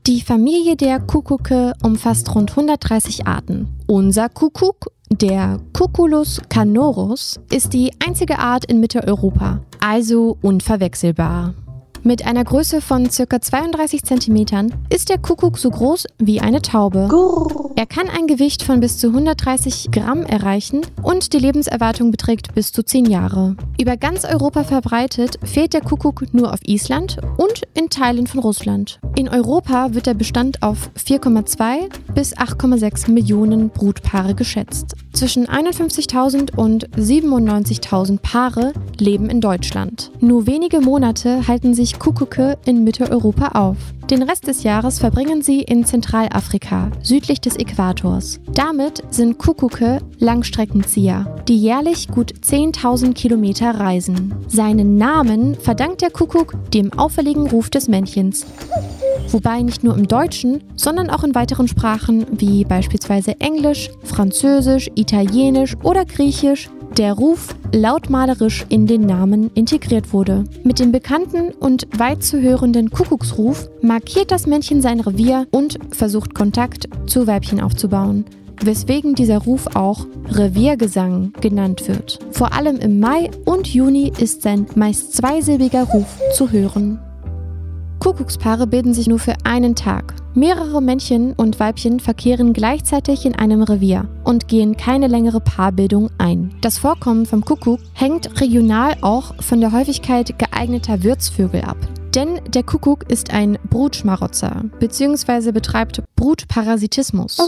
Die Familie der Kuckucke umfasst rund 130 Arten. Unser Kuckuck, der Cuculus canorus, ist die einzige Art in Mitteleuropa, also unverwechselbar. Mit einer Größe von ca. 32 cm ist der Kuckuck so groß wie eine Taube. Er kann ein Gewicht von bis zu 130 Gramm erreichen und die Lebenserwartung beträgt bis zu 10 Jahre. Über ganz Europa verbreitet fehlt der Kuckuck nur auf Island und in Teilen von Russland. In Europa wird der Bestand auf 4,2 bis 8,6 Millionen Brutpaare geschätzt. Zwischen 51.000 und 97.000 Paare leben in Deutschland. Nur wenige Monate halten sich Kuckucke in Mitteleuropa auf. Den Rest des Jahres verbringen sie in Zentralafrika, südlich des Äquators. Damit sind Kuckucke Langstreckenzieher, die jährlich gut 10.000 Kilometer reisen. Seinen Namen verdankt der Kuckuck dem auffälligen Ruf des Männchens. Wobei nicht nur im Deutschen, sondern auch in weiteren Sprachen wie beispielsweise Englisch, Französisch, Italienisch oder Griechisch der Ruf lautmalerisch in den Namen integriert wurde. Mit dem bekannten und weit zu hörenden Kuckucksruf markiert das Männchen sein Revier und versucht Kontakt zu Weibchen aufzubauen, weswegen dieser Ruf auch Reviergesang genannt wird. Vor allem im Mai und Juni ist sein meist zweisilbiger Ruf zu hören. Kuckuckspaare bilden sich nur für einen Tag. Mehrere Männchen und Weibchen verkehren gleichzeitig in einem Revier und gehen keine längere Paarbildung ein. Das Vorkommen vom Kuckuck hängt regional auch von der Häufigkeit geeigneter Wirtsvögel ab. Denn der Kuckuck ist ein Brutschmarotzer bzw. betreibt Brutparasitismus.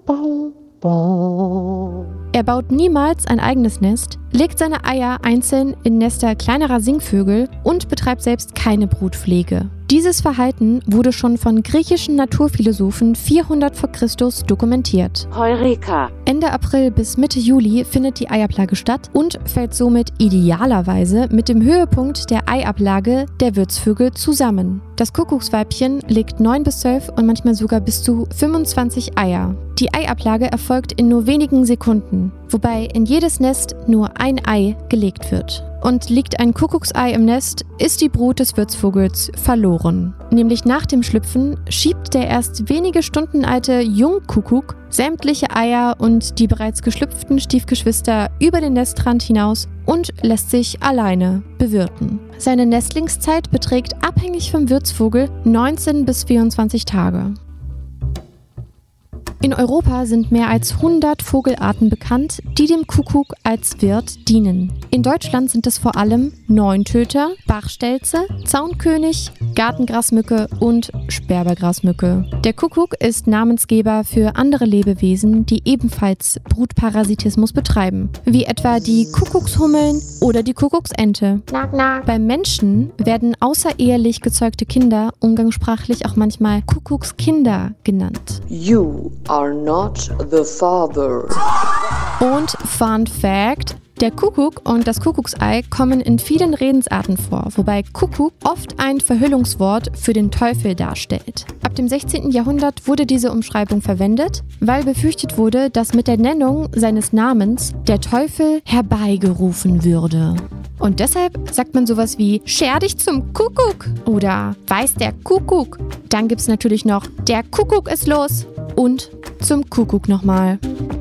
Er baut niemals ein eigenes Nest, legt seine Eier einzeln in Nester kleinerer Singvögel und betreibt selbst keine Brutpflege. Dieses Verhalten wurde schon von griechischen Naturphilosophen 400 v. Chr. Dokumentiert. Heureka! Ende April bis Mitte Juli findet die Eiablage statt und fällt somit idealerweise mit dem Höhepunkt der Eiablage der Wirtsvögel zusammen. Das Kuckucksweibchen legt 9 bis 12 und manchmal sogar bis zu 25 Eier. Die Eiablage erfolgt in nur wenigen Sekunden, wobei in jedes Nest nur ein Ei gelegt wird. Und liegt ein Kuckucksei im Nest, ist die Brut des Wirtsvogels verloren. Nämlich nach dem Schlüpfen schiebt der erst wenige Stunden alte Jungkuckuck sämtliche Eier und die bereits geschlüpften Stiefgeschwister über den Nestrand hinaus und lässt sich alleine bewirten. Seine Nestlingszeit beträgt abhängig vom Wirtsvogel 19 bis 24 Tage. In Europa sind mehr als 100 Vogelarten bekannt, die dem Kuckuck als Wirt dienen. In Deutschland sind es vor allem Neuntöter, Bachstelze, Zaunkönig, Gartengrasmücke und Sperbergrasmücke. Der Kuckuck ist Namensgeber für andere Lebewesen, die ebenfalls Brutparasitismus betreiben, wie etwa die Kuckuckshummeln oder die Kuckucksente. Beim Menschen werden außerehelich gezeugte Kinder umgangssprachlich auch manchmal Kuckuckskinder genannt. You are not the father. Und Fun Fact: Der Kuckuck und das Kuckucksei kommen in vielen Redensarten vor, wobei Kuckuck oft ein Verhüllungswort für den Teufel darstellt. Ab dem 16. Jahrhundert wurde diese Umschreibung verwendet, weil befürchtet wurde, dass mit der Nennung seines Namens der Teufel herbeigerufen würde. Und deshalb sagt man sowas wie "Scher dich zum Kuckuck" oder "Weiß der Kuckuck". Dann gibt's natürlich noch "Der Kuckuck ist los" und "Zum Kuckuck nochmal".